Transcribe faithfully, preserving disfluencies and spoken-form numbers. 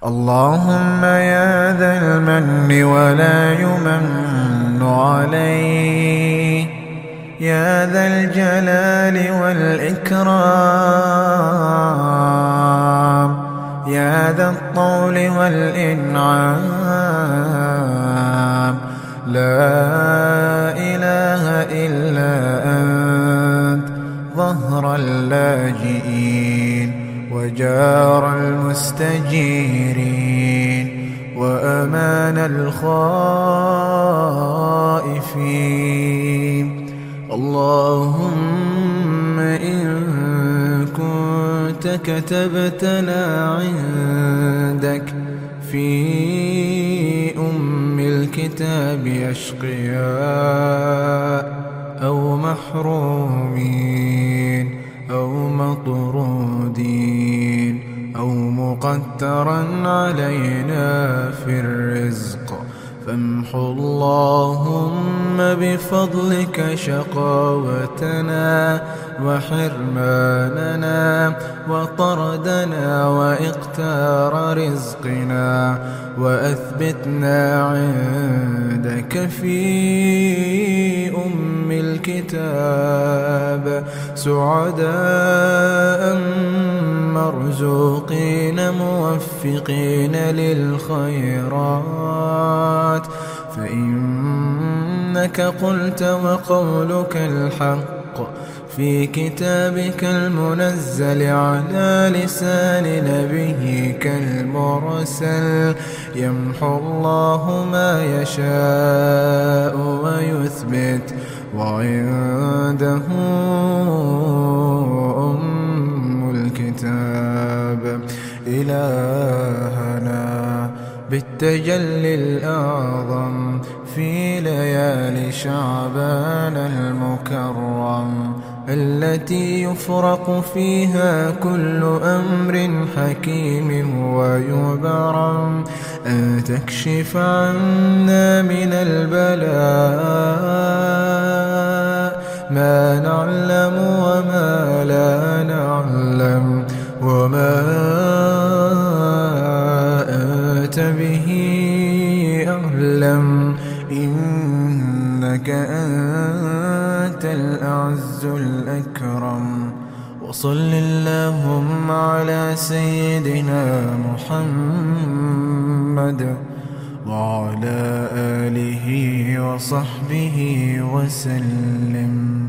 اللهم يا ذا المن ولا يمن عليه، يا ذا الجلال والإكرام، يا ذا الطول والإنعام، لا إله إلا أنت، ظهر اللاجئين وجار المستجيرين وأمان الخائفين. اللهم إن كنت كتبتنا عندك في أم الكتاب أشقياء أو محرومين أو مطرودين أو مقترا علينا في الرزق، فامحو اللهم بفضلك شقاوتنا وحرماننا وطردنا وإقتار رزقنا، وأثبتنا عندك في أم الكتاب سعداء مرزوقين موفقين للخيرات، فإنك قلت وقولك الحق في كتابك المنزل على لسان نبيك المرسل، يمحو الله ما يشاء ويثبت، وعنده أم الكتاب. إلهنا بالتجلي الأعظم في ليالي شعبان المكرم، التي يفرق فيها كل أمر حكيم ويبرم، أن تكشف عنا من البلاء ما نعلم وما لا نعلم، وما أنت به أعلم، إنك أنت الأعز الأكرم. وصل اللهم على سيدنا محمد وعلى آله وصحبه وسلم.